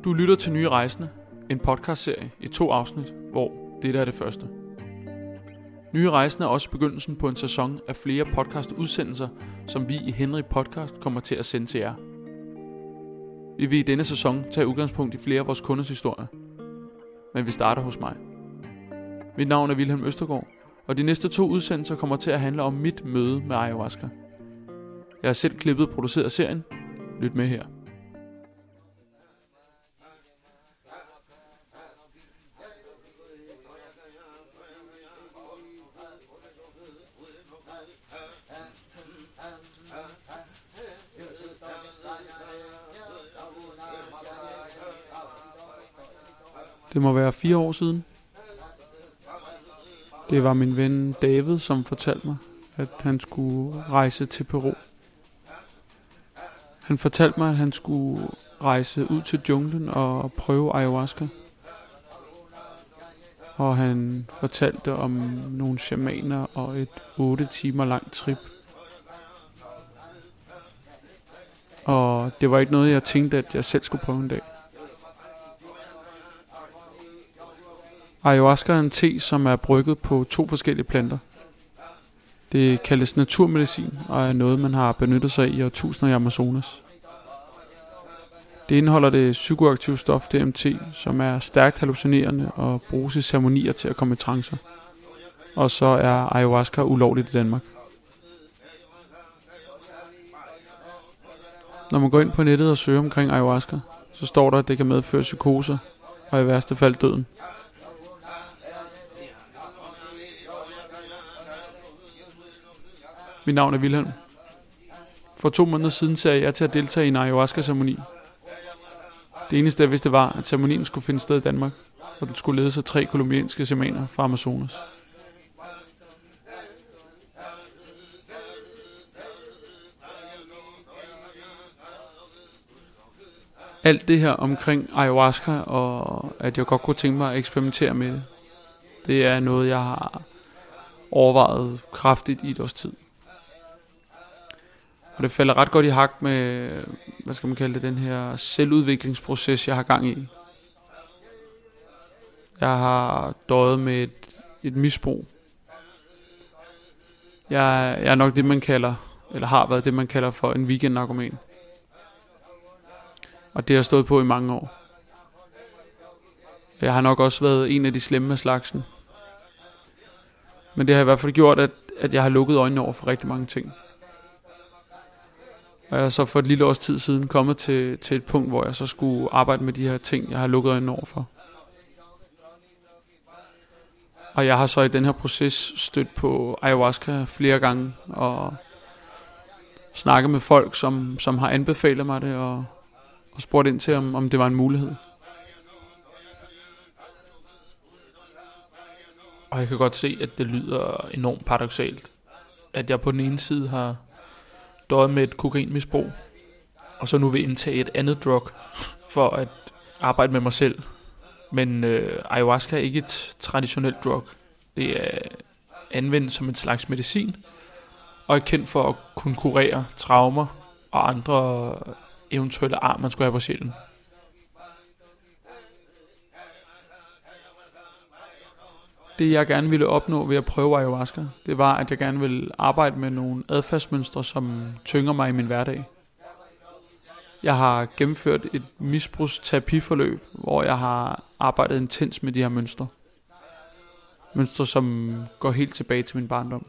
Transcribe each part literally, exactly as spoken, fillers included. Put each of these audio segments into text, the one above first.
Du lytter til Nye Rejsende, en podcastserie i to afsnit, hvor dette er det første. Nye Rejsende er også begyndelsen på en sæson af flere podcastudsendelser, som vi i Henry Podcast kommer til at sende til jer. Vi vil i denne sæson tage udgangspunkt i flere af vores kunders historier, men vi starter hos mig. Mit navn er Vilhelm Østergaard, og de næste to udsendelser kommer til at handle om mit møde med ayahuasca. Jeg har selv klippet og produceret serien. Lyt med her. Det må være fire år siden. Det var min ven David, som fortalte mig, at han skulle rejse til Peru. Han fortalte mig, at han skulle rejse ud til junglen og prøve ayahuasca. Og han fortalte om nogle shamaner og et otte timer langt trip. Og det var ikke noget, jeg tænkte, at jeg selv skulle prøve en dag. Ayahuasca er en te, som er brygget på to forskellige planter. Det kaldes naturmedicin og er noget, man har benyttet sig i årtusinder i Amazonas. Det indeholder det psykoaktive stof D M T, som er stærkt hallucinerende og bruges i ceremonier til at komme i trancer. Og så er ayahuasca ulovligt i Danmark. Når man går ind på nettet og søger omkring ayahuasca, så står der, at det kan medføre psykoser og i værste fald døden. Mit navn er Vilhelm. For to måneder siden sagde jeg til at deltage i en ayahuasca-ceremoni. Det eneste jeg vidste var, at ceremonien skulle finde sted i Danmark, og den skulle ledes af tre kolumbianske shamaner fra Amazonas. Alt det her omkring ayahuasca, og at jeg godt kunne tænke mig at eksperimentere med det, det er noget, jeg har overvejet kraftigt i et års tid. Og det falder ret godt i hak med, hvad skal man kalde det, den her selvudviklingsproces, jeg har gang i. Jeg har døjet med et, et misbrug. Jeg, jeg er nok det, man kalder, eller har været det, man kalder for en weekend-narkoman. Og det har stået på i mange år. Jeg har nok også været en af de slemme af slagsen. Men det har i hvert fald gjort, at, at jeg har lukket øjnene over for rigtig mange ting. Og jeg er så for et lille års tid siden kommet til, til et punkt, hvor jeg så skulle arbejde med de her ting, jeg har lukket øjnene over for. Og jeg har så i den her proces stødt på ayahuasca flere gange, og snakket med folk, som, som har anbefalet mig det, og, og spurgt ind til, om, om det var en mulighed. Og jeg kan godt se, at det lyder enormt paradoksalt, at jeg på den ene side har døjet med et kokainmisbrug, og så nu vil indtage et andet drug for at arbejde med mig selv. Men øh, ayahuasca er ikke et traditionelt drug. Det er anvendt som en slags medicin, og er kendt for at kunne kurere traumer og andre eventuelle ar, man skulle have på sjælen. Det jeg gerne ville opnå ved at prøve ayahuasca, det var, at jeg gerne ville arbejde med nogle adfærdsmønstre, som tynger mig i min hverdag. Jeg har gennemført et misbrugsterapiforløb, hvor jeg har arbejdet intens med de her mønstre. Mønstre, som går helt tilbage til min barndom.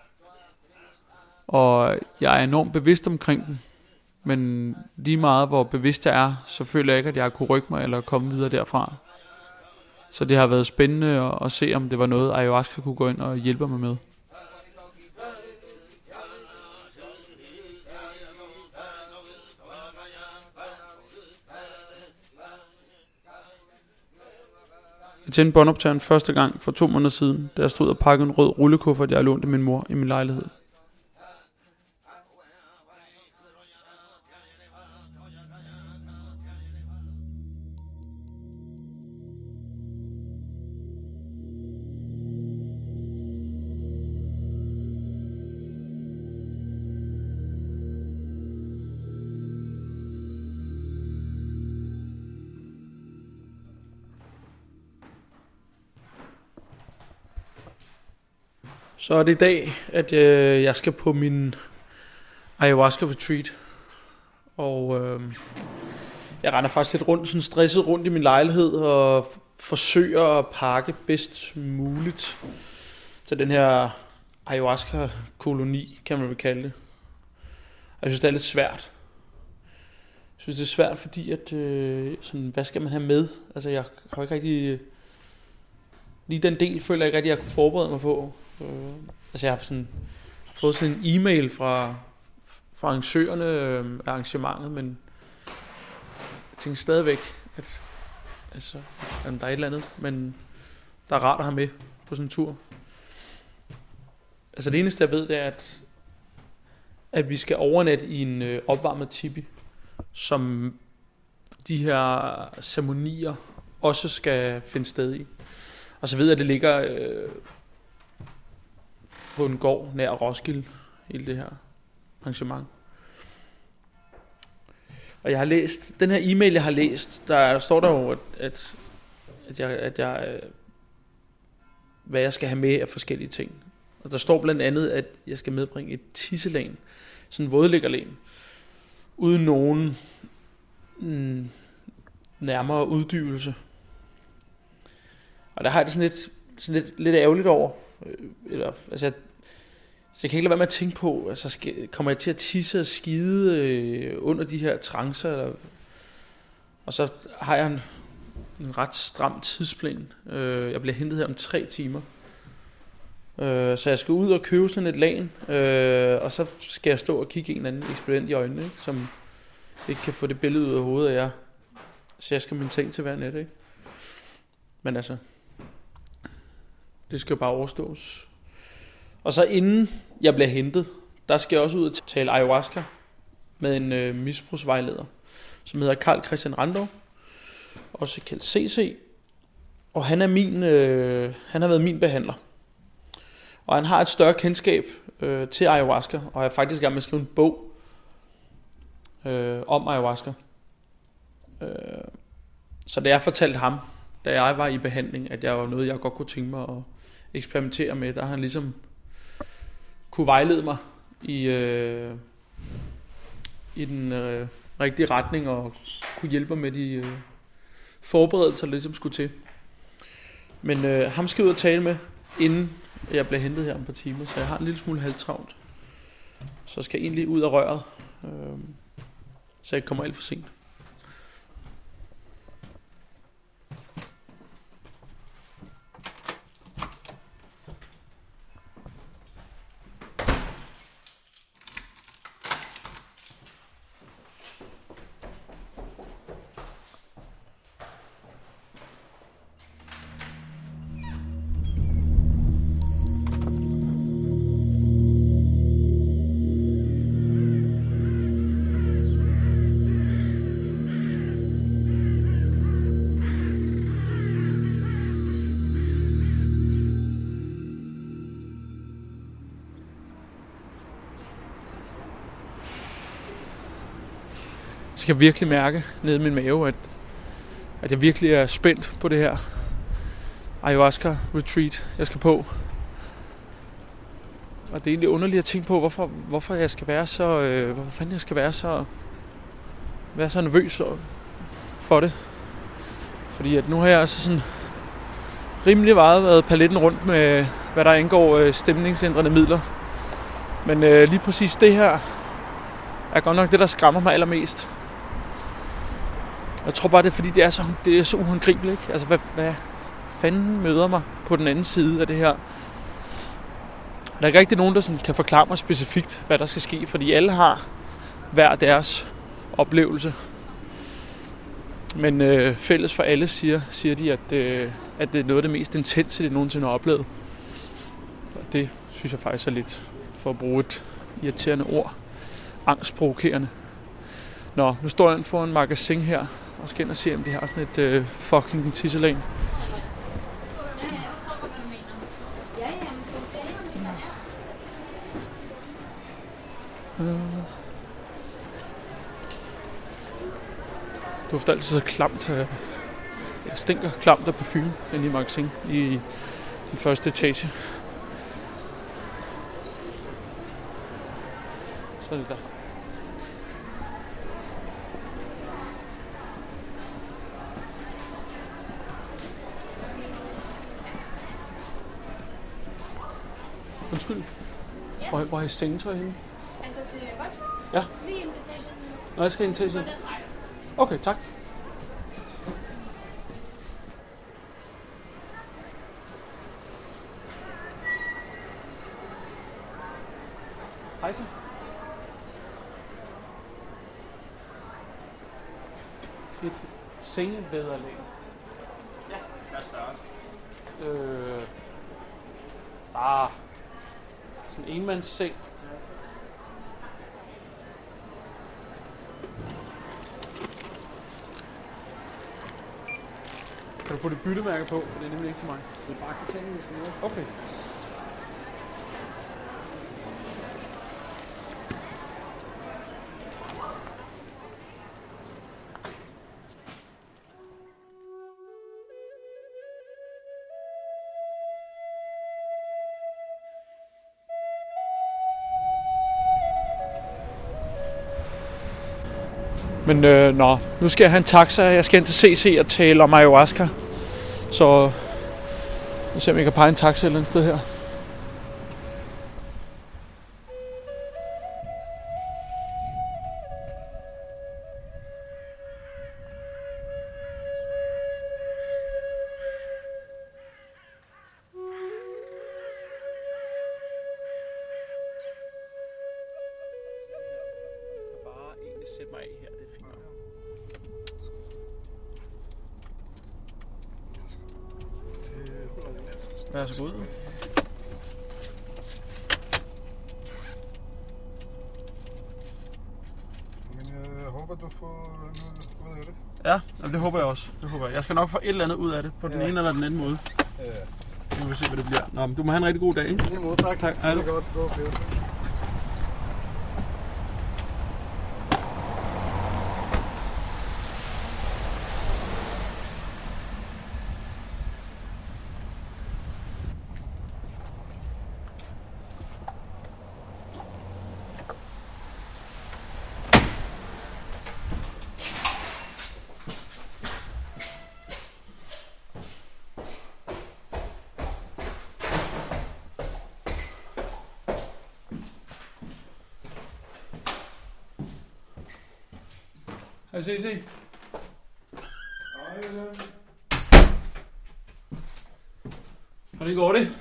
Og jeg er enormt bevidst omkring dem, men lige meget hvor bevidst jeg er, så føler jeg ikke, at jeg kunne rykke mig eller komme videre derfra. Så det har været spændende at, at se, om det var noget, ayahuasca kunne gå ind og hjælpe mig med. Jeg tændte båndoptageren første gang for to måneder siden, da jeg stod og pakkede en rød rullekuffert, jeg lånte min mor i min lejlighed. Så er det i dag, at øh, jeg skal på min ayahuasca retreat. Og øh, jeg render faktisk lidt rundt, sådan stresset rundt i min lejlighed og forsøger at pakke bedst muligt til den her ayahuasca-koloni, kan man vel kalde det. Og jeg synes, det er lidt svært. Jeg synes, det er svært, fordi at, øh, sådan, hvad skal man have med? Altså, jeg har ikke rigtig... Lige den del føler jeg ikke rigtig, at jeg kunne forberede mig på. Øh, altså, jeg har sådan, fået sådan en e-mail fra, fra arrangørerne øh, af arrangementet, men jeg tænker stadigvæk, at altså, jamen, der er et eller andet, men der er rart at have med på sådan en tur. Altså, det eneste, jeg ved, det er, at, at vi skal overnatte i en øh, opvarmet tipi, som de her ceremonier også skal finde sted i. Og så ved jeg, at det ligger øh, på en gård nær Roskilde, hele det her arrangement. Og jeg har læst, den her e-mail, jeg har læst, der, der står der jo, at, at, at jeg, at jeg, hvad jeg skal have med af forskellige ting. Og der står blandt andet, at jeg skal medbringe et tisselæn, sådan en vådlæggerlæn, uden nogen mm, nærmere uddybelse. Og der har jeg det sådan lidt, sådan lidt, lidt ærgerligt over. Eller, altså, jeg, så jeg kan ikke lade være med at tænke på, altså, skal, kommer jeg til at tisse og skide øh, under de her trancer? Eller, og så har jeg en, en ret stram tidsplan. Øh, jeg bliver hentet her om tre timer. Øh, så jeg skal ud og købe sådan et lagen, øh, og så skal jeg stå og kigge en eller anden ekspedient i øjnene, ikke? Som ikke kan få det billede ud af hovedet af jer. Så jeg skal min ting til hver nat, ikke? Men altså, det skal jo bare overstås. Og så inden jeg bliver hentet, der skal jeg også ud og tale ayahuasca med en øh, misbrugsvejleder, som hedder Carl Christian Randov, også kaldt C C. Og han er min, øh, han har været min behandler. Og han har et større kendskab øh, til ayahuasca, og jeg er faktisk i gang med at skrive en bog øh, om ayahuasca. Øh, så da jeg fortalte ham, da jeg var i behandling, at jeg var noget, jeg godt kunne tænke mig at eksperimentere med, der har han ligesom kunne vejlede mig i, øh, i den øh, rigtige retning, og kunne hjælpe mig med de øh, forberedelser, der ligesom skulle til. Men øh, ham skal jeg ud og tale med, inden jeg bliver hentet her om et par timer, så jeg har en lille smule halvtravlt. Så skal jeg egentlig ud af røret, øh, så jeg ikke kommer alt for sent. Jeg kan virkelig mærke nede i min mave, at, at jeg virkelig er spændt på det her ayahuasca retreat, jeg skal på. Og det er egentlig underligt at tænke på, hvorfor, hvorfor jeg skal være så, øh, hvorfor fanden jeg skal være så, være så nervøs for det. Fordi at nu har jeg altså sådan rimelig meget været paletten rundt med, hvad der angår øh, stemningsændrende midler. Men øh, lige præcis det her er godt nok det, der skræmmer mig allermest. Jeg tror bare, det er fordi, det er så, det er så uhåndgribeligt, ikke? Altså, hvad, hvad fanden møder mig på den anden side af det her? Der er ikke rigtig nogen, der sådan kan forklare mig specifikt, hvad der skal ske, fordi alle har hver deres oplevelse. Men øh, fælles for alle siger, siger de, at, øh, at det er noget af det mest intense, de nogensinde har oplevet. Og det synes jeg faktisk er lidt, for at bruge et irriterende ord, angstprovokerende. Nå, nu står jeg foran en magasin her, og skal ind og se, om de har sådan et øh, fucking tisselæn. Det dufter altid så klamt. Øh, det stinker klamt af parfume inde i magasin i den første etage. Så er det der. Undskyld. Ja. Hvor, hvor er I sengetøj henne? Altså til voksne? Ja. Lige invitation. Nå, jeg skal ind til Så sig. den vej, så. Okay, tak. Hej så. Et sengevædderlag. Ja, hvad er størrelse? Øh, ah, sådan en enmands seng. Kan du få det byttemærke på, for det er nemlig ikke til mig. Det er bare katangen, du skal med. Okay. Men øh, nå, nu skal jeg have en taxa. Jeg skal ind til C C og tale om ayahuasca. Så nu ser jeg, om jeg kan pege en taxa et eller andet sted her. Sæt mig af her, det er fint nok. Vær så god. Men jeg håber, du får noget ud af det. Ja, jamen det håber jeg også. Det håber jeg. Jeg skal nok få et eller andet ud af det, på den Ja. ene eller den anden måde. Ja. Nu vil vi se, hvad det bliver. Nå, men du må have en rigtig god dag, ikke? Lige måde, tak. Tak. Hej. Det er godt. Gå okay. Hej C C. Hvordan går det?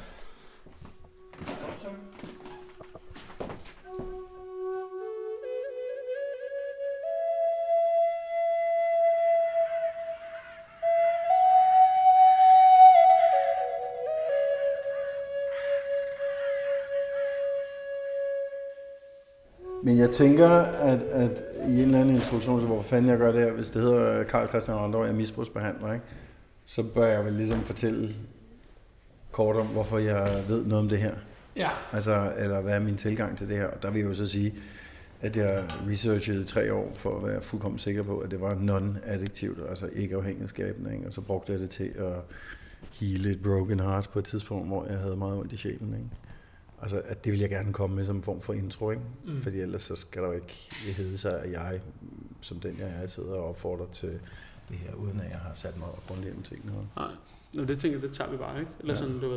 Men jeg tænker, at, at i en eller anden introduktion, så hvorfor fanden jeg gør det her, hvis det hedder Carl Christian Randau, jeg er misbrugsbehandler, ikke? Så bør jeg vel ligesom fortælle kort om, hvorfor jeg ved noget om det her. Ja. Altså, eller hvad er min tilgang til det her. Og der vil jeg jo så sige, at jeg researchede i tre år for at være fuldkommen sikker på, at det var non-addiktivt, altså ikke afhængighedsskabende, ikke? Og så brugte jeg det til at heale et broken heart på et tidspunkt, hvor jeg havde meget ondt i sjælen, ikke? Altså, at det vil jeg gerne komme med som en form for intro, ikke? Mm. Fordi ellers så skal der jo ikke hedde sig, at jeg, som den jeg er, sidder og opfordrer til det her, uden at jeg har sat mig grundigt om tingene. Nej, Nå, det tænker jeg, det tager vi bare, ikke? Eller ja. Sådan, du ved.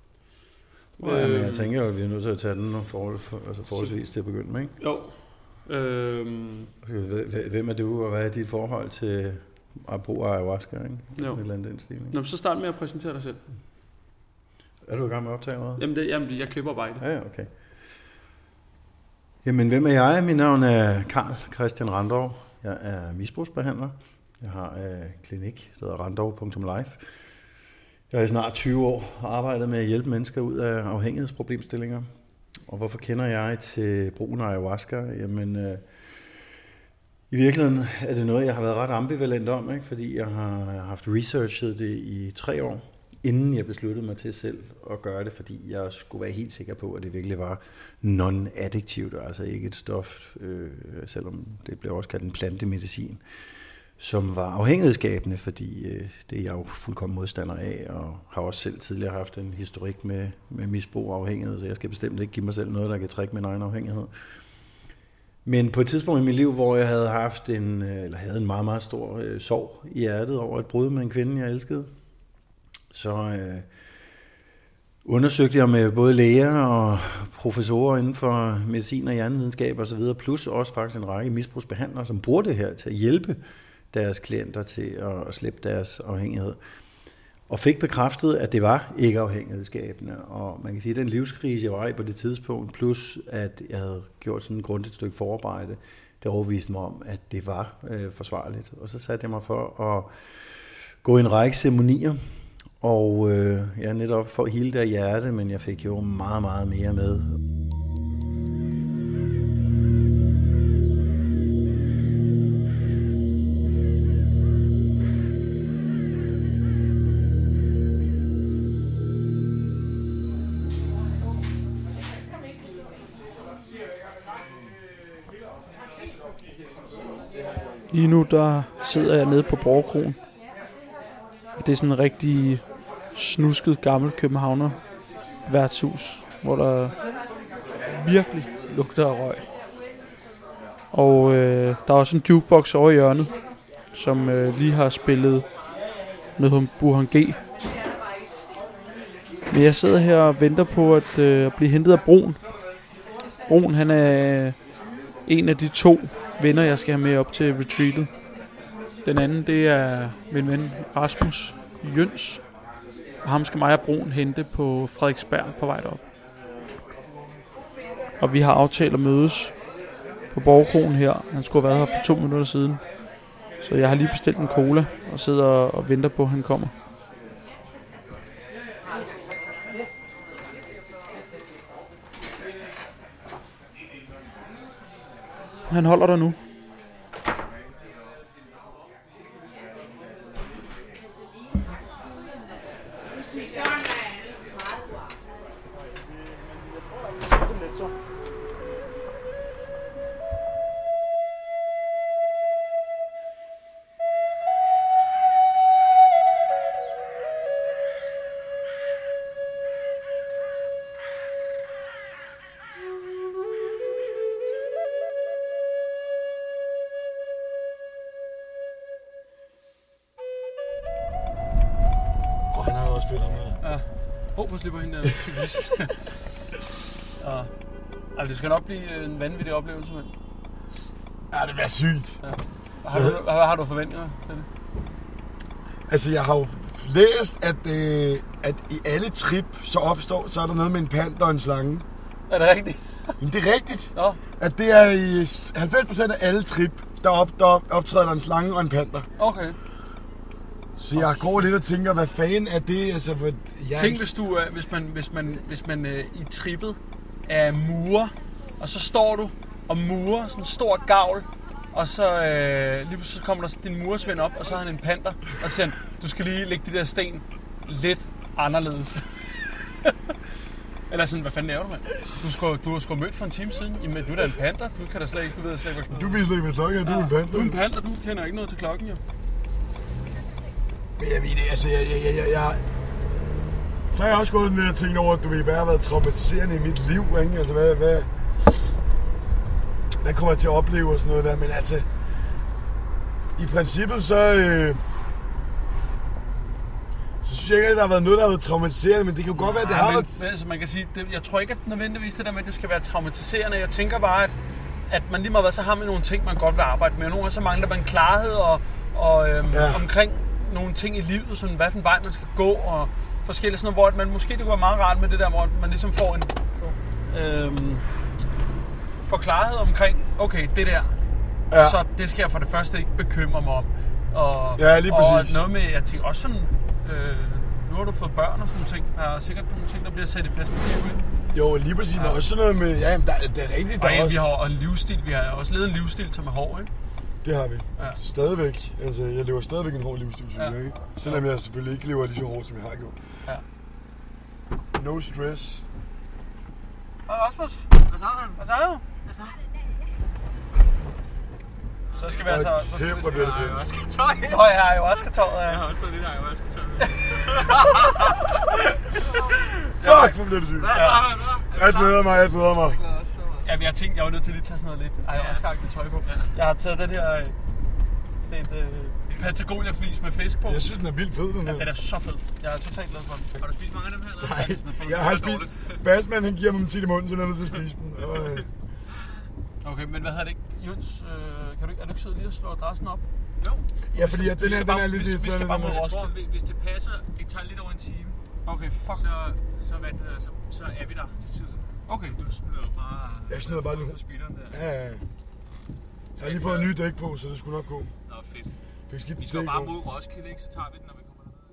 Ja, men jeg tænker jo, at vi er nødt til at tage den forhold, for, altså forholdsvis til at begynde med, ikke? Jo. Øhm. Hvem er du, og hvad er dit forhold til at bruge ayahuasca, ikke? Jo. Et eller andet den stil, ikke? Nå, så start med at præsentere dig selv. Er du i gang med at optage noget? Jamen, det, jamen jeg klipper bare i det. Ja, okay. Jamen, hvem er jeg? Mit navn er Carl Christian Randau. Jeg er misbrugsbehandler. Jeg har en klinik, der hedder randau punktum life. Jeg har i snart tyve år arbejdet med at hjælpe mennesker ud af afhængighedsproblemstillinger. Og hvorfor kender jeg til brugen af ayahuasca? Jamen, øh, i virkeligheden er det noget, jeg har været ret ambivalent om, ikke? Fordi jeg har haft researchet det i tre år, inden jeg besluttede mig til selv at gøre det, fordi jeg skulle være helt sikker på, at det virkelig var non-addiktivt, altså ikke et stof, øh, selvom det blev også kaldt en plantemedicin, som var afhængighedsskabende, fordi øh, det er jeg jo fuldkommen modstander af, og har også selv tidligere haft en historik med, med misbrug og afhængighed, så jeg skal bestemt ikke give mig selv noget, der kan trække min egen afhængighed. Men på et tidspunkt i mit liv, hvor jeg havde haft en, eller havde en meget, meget stor øh, sorg i hjertet over et brud med en kvinde, jeg elskede, så øh, undersøgte jeg med både læger og professorer inden for medicin og hjernevidenskab osv., plus også faktisk en række misbrugsbehandlere, som bruger det her til at hjælpe deres klienter til at slippe deres afhængighed. Og fik bekræftet, at det var ikke afhængighedsskabende. Og man kan sige, at den livskrise, jeg var i på det tidspunkt, plus at jeg havde gjort sådan et grundigt stykke forarbejde, der overbeviste mig om, at det var øh, forsvarligt. Og så satte jeg mig for at gå i en række ceremonier, og øh, jeg er netop for hele der hjerte, men jeg fik jo meget, meget mere med. Lige nu der sidder jeg nede på Borgerkroen. Det er sådan en rigtig snusket gammel københavner værtshus, hvor der virkelig lugter af røg. Og øh, der er også en jukebox over i hjørnet, som øh, lige har spillet noget Burhan G. Men jeg sidder her og venter på at, øh, at blive hentet af Brun. Brun, han er en af de to venner, jeg skal have med op til retreatet. Den anden, det er min ven Rasmus Jøns. Og ham skal mig og Brun hente på Frederiksberg på vej derop. Og vi har aftalt at mødes på Borgerkroen her. Han skulle have været her for to minutter siden. Så jeg har lige bestilt en cola og sidder og venter på, at han kommer. Han holder der nu. Ja. Åh, hvor slipper hende der cyklist. Ja. Altså, det skal nok blive en vanvittig oplevelse, mand. Ja, det bliver sygt. Ja. Har du, hvad har du forventninger til det? Altså, jeg har jo læst, at, øh, at i alle trip, så opstår, så er der noget med en panda og en slange. Er det rigtigt? Men det er rigtigt. Ja. At det er i halvfems procent af alle trip, der, op, der optræder der en slange og en panda. Okay. Så jeg går lidt og tænker, hvad fanden er det? Altså, hvad, jeg... Tænk, hvis, du, hvis man, hvis man, hvis man øh, i trippet er murer, og så står du og murer sådan en stor gavl, og så øh, lige pludselig kommer der din muresvend op, og så har han en panter, og så siger han, du skal lige lægge de der sten lidt anderledes. Eller sådan, hvad fanden laver du, mand? Du, skulle, du har sgu mødt for en time siden. Jamen, du er da en panter. Du kan da slet ikke, du ved slet ikke, hvad du ved slet ikke, hvad klokken er. Du er en panter. Du er en panter, du kender ikke noget til klokken, jo. Men jeg ved det, altså, jeg, jeg, jeg, jeg, jeg... Så har jeg også gået lidt og tænkt over, at du ved, hvad har været traumatiserende i mit liv, ikke? Altså, hvad, hvad... Hvad kommer jeg til at opleve og sådan noget der, men altså... I princippet, så... Øh, så synes jeg ikke, at der har været noget, der har været traumatiserende, men det kan jo godt være, at det ja, har men, været... Men, altså, man kan sige, det, jeg tror ikke, at nødvendigvis det der med, at det skal være traumatiserende. Jeg tænker bare, at, at man lige meget hvad, så har man nogle ting, man godt vil arbejde med. Nogle gange så mangler man klarhed og, og øhm, ja. omkring nogle ting i livet, sådan hvad for en vej man skal gå og forskellige sådan noget, hvor man måske det kunne være meget rart med det der, hvor man ligesom får en øhm, får klarhed omkring, okay, det der, ja. Så det skal jeg for det første ikke bekymre mig om. Og, ja, lige præcis. Og noget med, jeg tænker også sådan, øh, nu har du fået børn og sådan nogle ting, der er sikkert nogle ting, der bliver sat i perspektiv i. Jo, lige præcis, ja. Men også sådan noget med, ja, der, det er rigtigt, der og, ja, også... vi har en livsstil, vi har også levet en livsstil, som er hård, ikke? Det har vi. Ja. Stadigvæk. Altså, jeg lever stadigvæk en hård livsstil, synes ja. jeg, ikke? Selvom jeg selvfølgelig ikke lever lige så hårdt, som jeg har gjort. Ja. No stress. Hej Rasmus. Hvad så han? Hvad så han? Hvad så? Så skal vi altså... Så skal vi altså... Jeg har jo også tøj. Nå, jeg har jo også tøj. Jeg har også lidt her, jeg også tøj. Fuck, hvor bliver det sygt. Hvad så han? Jeg glæder mig, jeg glæder mig. Ja, Ja, men jeg tænkte, jeg var nødt til lige at tage sådan noget lidt ayahuasca-agtigt tøj på. Ja. Jeg har taget den her øh, sådan et øh, Patagonia-flis med fisk på. Jeg synes, den er vildt fed, den her. Ja, den er så fed. Jeg er totalt glad for den. Har du spist mange af dem her? Eller? Nej, jeg har spist. Basman, han giver mig dem tit i munden, så jeg er nødt til at spise dem. Okay, men hvad hedder det ikke? Jøns, øh, kan du ikke, er du ikke sød lige at slå adressen op? Jo. Ja, fordi at den her, den er lidt... Vi, vi skal bare mod Jeg Roskilde. tror, hvis det passer, det tager lidt over en time. Okay, fuck. Så, så, hvad det hedder, så, så er vi der til tiden. Okay. Du smider jo bare... Jeg smider bare lidt. på speederen der. Ja, ja. Jeg har lige fået en ny dæk på, så det skulle nok gå. Nå, fedt. Fik skidt Vi skal bare mod Roskilde, ikke? Så tager vi den, når vi kommer derned.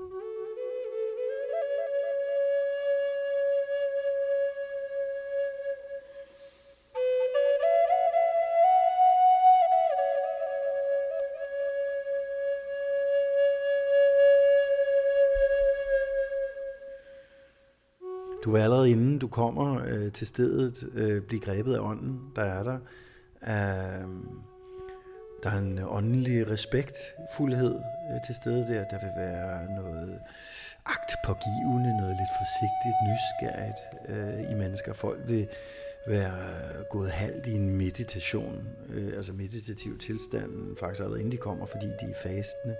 Du vil allerede inden du kommer øh, til stedet øh, blive grebet af ånden, der er der. Uh, der er en åndelig respektfuldhed øh, til stede der. Der vil være noget agtpågivende, noget lidt forsigtigt, nysgerrigt øh, i mennesker. Folk vil være gået halvt i en meditation, øh, altså meditativ tilstand, faktisk allerede inden de kommer, fordi de er fastende.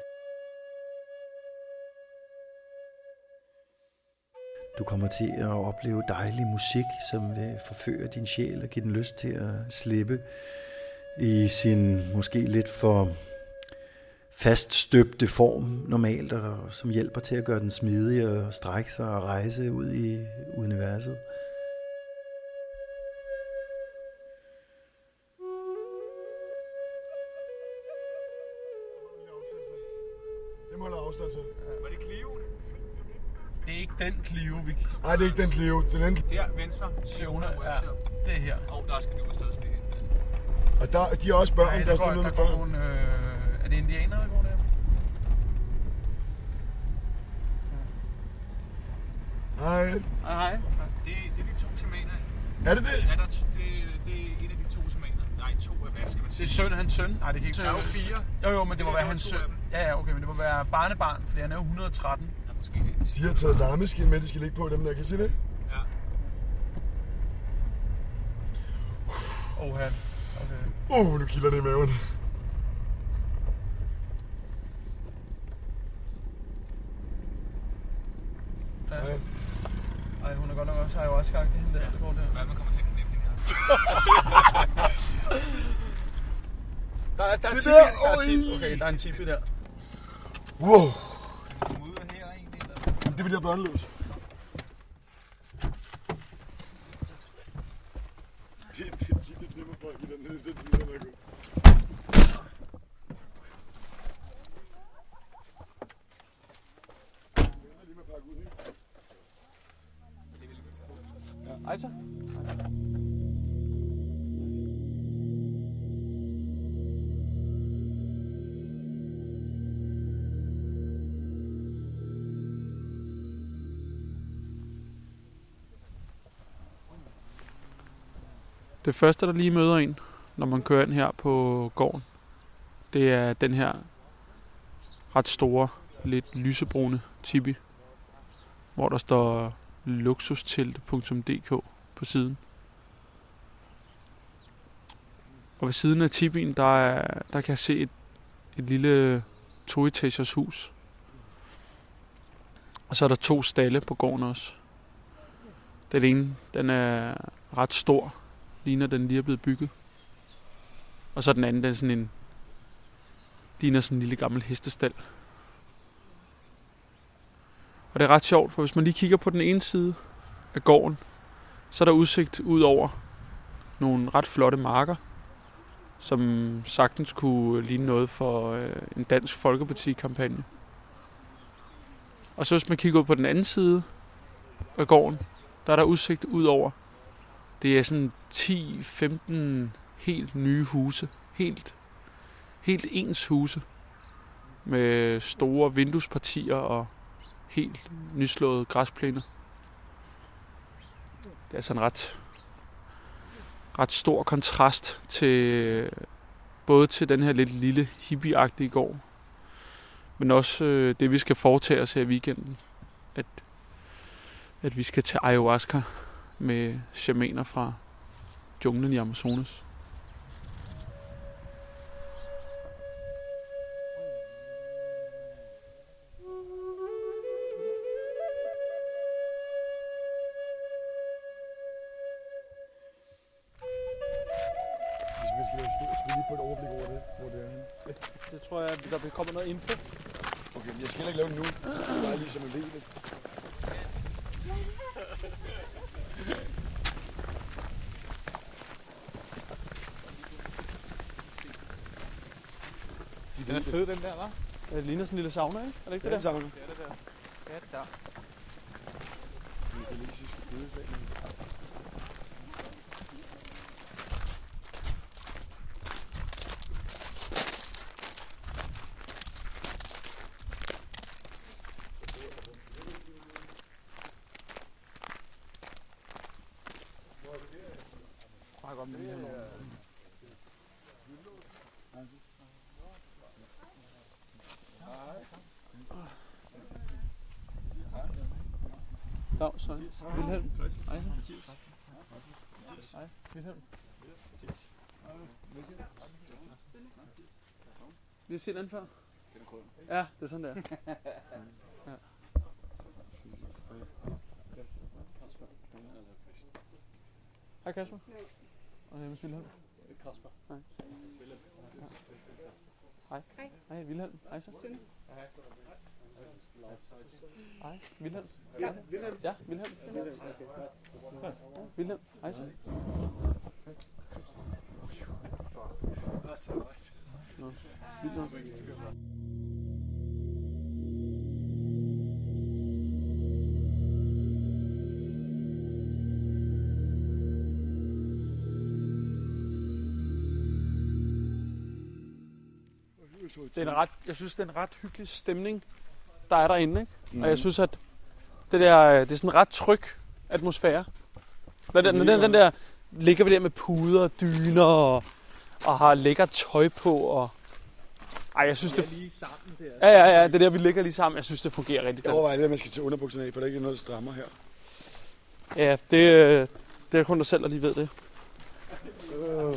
Du kommer til at opleve dejlig musik, som vil forføre din sjæl og give den lyst til at slippe i sin måske lidt for faststøbte form normalt, og som hjælper til at gøre den smidig og strække sig og rejse ud i universet. Det må holde afstand til. Var det Clio? Det er ikke den Clio, vi... Nej, det er ikke den Clio. Det er den. Der, venstre. Siona, ja. Det er her. Og der skal du afsted lige. Og der, de er også børn, Nej, der, der, står går, nede der med går børn. nogle... Øh, er det indianere, der går der? Hej. Hej, hej. Det, det er de to shamaner. Er det det? Ja, der, er t- det, det er en af de to shamaner. Nej, to af hvad skal man Det sige? er søn, hans søn. Nej, det kan ikke Der er jo fire. Jo, jo, men det må Det være er hans to søn. af dem. Ja, ja, okay, men det må være barnebarn, fordi han er jo et hundrede og tretten. Ja, måske lidt. De har taget larmeskin med, de skal ligge på dem der. Kan I se det? Ja. Åh, han. Okay. Uh, nu kilder det i maven. Ja. Hej. Ej, hun er godt nok også ayahuasca-agtig, hende der, der går der. Hvad man kommer til at knæppe hende her? Der er, der er Det tip, der, der er tip. oj. Okay, der er en tip der. Wow. Ude her egentlig, eller? Det bliver børneløs. Det, det er tit, det knipper folk i den, den tid, den er god. Ej, så. Det første, der lige møder en, når man kører ind her på gården, det er den her ret store, lidt lysebrune tipi, hvor der står luksustelte punktum d k på siden. Og ved siden af tipien, der, er, der kan jeg se et, et lille toetagers hus. Og så er der to stalde på gården også. Den ene, den er ret stor, ligner den lige er blevet bygget. Og så den anden, den er sådan en, ligner sådan en lille gammel hestestald. Og det er ret sjovt, for hvis man lige kigger på den ene side af gården, så er der udsigt ud over nogle ret flotte marker, som sagtens kunne ligne noget for øh, en dansk folkeparti-kampagne. Og så hvis man kigger ud på den anden side af gården, der er der udsigt ud over. Det er sådan ti femten helt nye huse. Helt, helt ens huse. Med store vinduespartier og helt nyslåede græsplæner. Det er sådan en ret, ret stor kontrast til både til den her lidt lille hippie-agtige gård, men også øh, det, vi skal foretage os her i weekenden. At, at vi skal til ayahuasca med shamaner fra junglen i Amazonas. Hvis vi skal lave stort, skal vi lige få et overblik over det, hvor det er henne. Det tror jeg, der kommer noget info. Okay, jeg skal heller ikke lave det nu. Det er bare lige som en del. Den er fed, den der, hva'? Ja, det ligner sådan en lille sauna, ikke? Er det ikke det, Det der? er det Det er det der. Ja, det der. Bare godt med det her. Dag, så. Vilhelm. Hej. Hej, Vilhelm. Vi har set den før. Ja, det er sådan der. Ja. Hej Kasper. Og jeg er Vilhelm. Kasper. Hej. Hej. Hej. Hej Vilhelm. Hej så. Hej Vilhelm. Ja, Vilhelm. Ja, Vilhelm. Ja, Vilhelm. Hej så. Nå, vildt nok. Det er en ret, jeg synes, det er en ret hyggelig stemning, der er derinde, ikke? Mm. Og jeg synes, at det der, det er sådan en ret tryg atmosfære. Den der, den, den der ligger vi der med puder og dyner og, og har lækker tøj på. Og, ej, jeg synes, det er lige sammen der. Ja, ja, ja, det er der, vi ligger lige sammen. Jeg synes, det fungerer rigtig godt. Jeg overvejer det, at man skal tage underbukserne af, for der er ikke noget, der strammer her. Ja, det, det er kun dig selv, der lige ved det. Uh.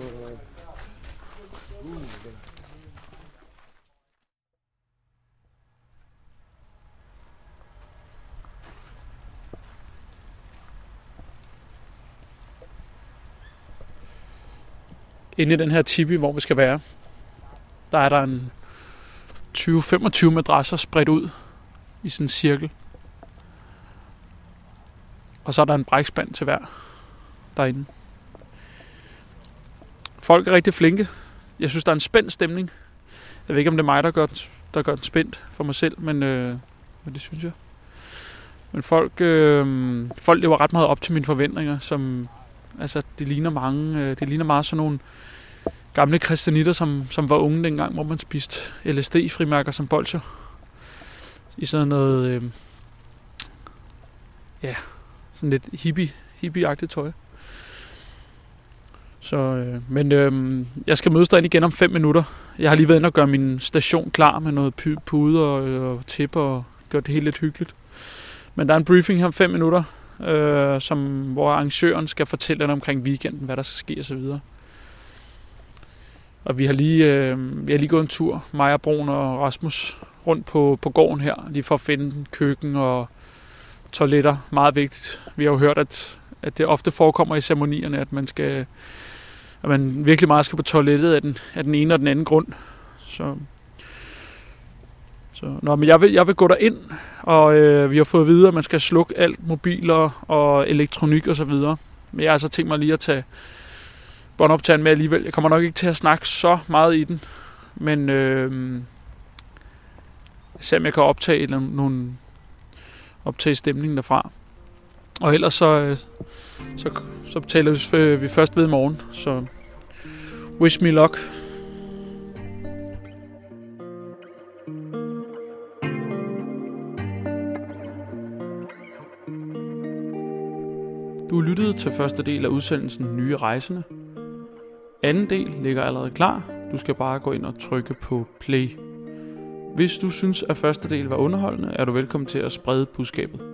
Inde i den her tipi, hvor vi skal være, der er der en tyve til femogtyve madrasser spredt ud i sådan en cirkel. Og så er der en brækspand til hver derinde. Folk er rigtig flinke. Jeg synes, der er en spændt stemning. Jeg ved ikke, om det er mig, der gør den, der gør den spændt for mig selv, men, øh, men det synes jeg. Men folk, øh, folk lever ret meget op til mine forventninger, som altså, det ligner mange, øh, det ligner meget sådan nogle gamle kristianitter, som, som var unge dengang, hvor man spiste L S D-frimærker som bolcher. I sådan noget, øh, ja, sådan lidt hippie, hippie-agtigt tøj. Så, øh, men øh, jeg skal mødes derinde igen om fem minutter. Jeg har lige været inde og gøre min station klar med noget puder og, og tæpper og gjort det helt lidt hyggeligt. Men der er en briefing her om fem minutter, øh, som, hvor arrangøren skal fortælle lidt omkring weekenden, hvad der skal ske og så videre. Og vi har lige, øh, vi har lige gået en tur, mig og Brun og Rasmus, rundt på, på gården her, lige for at finde køkken og toiletter. Meget vigtigt. Vi har jo hørt, at, at det ofte forekommer i ceremonierne, at man skal, at man virkelig meget skal på toilettet af den, af den ene og den anden grund. Så, så nå, men jeg vil, jeg vil gå derind, og øh, vi har fået at vide, at man skal slukke alt mobiler og elektronik og så videre. Men jeg har så tænkt mig lige at tage båndoptageren med alligevel. Jeg kommer nok ikke til at snakke så meget i den, men øh, jeg ser, om jeg kan optage nogle optage stemningen derfra. Og ellers så, så, så taler vi først ved i morgen. Så wish me luck. Du lyttede til første del af udsendelsen Nye Rejsende. Anden del ligger allerede klar. Du skal bare gå ind og trykke på play. Hvis du synes, at første del var underholdende, er du velkommen til at sprede budskabet.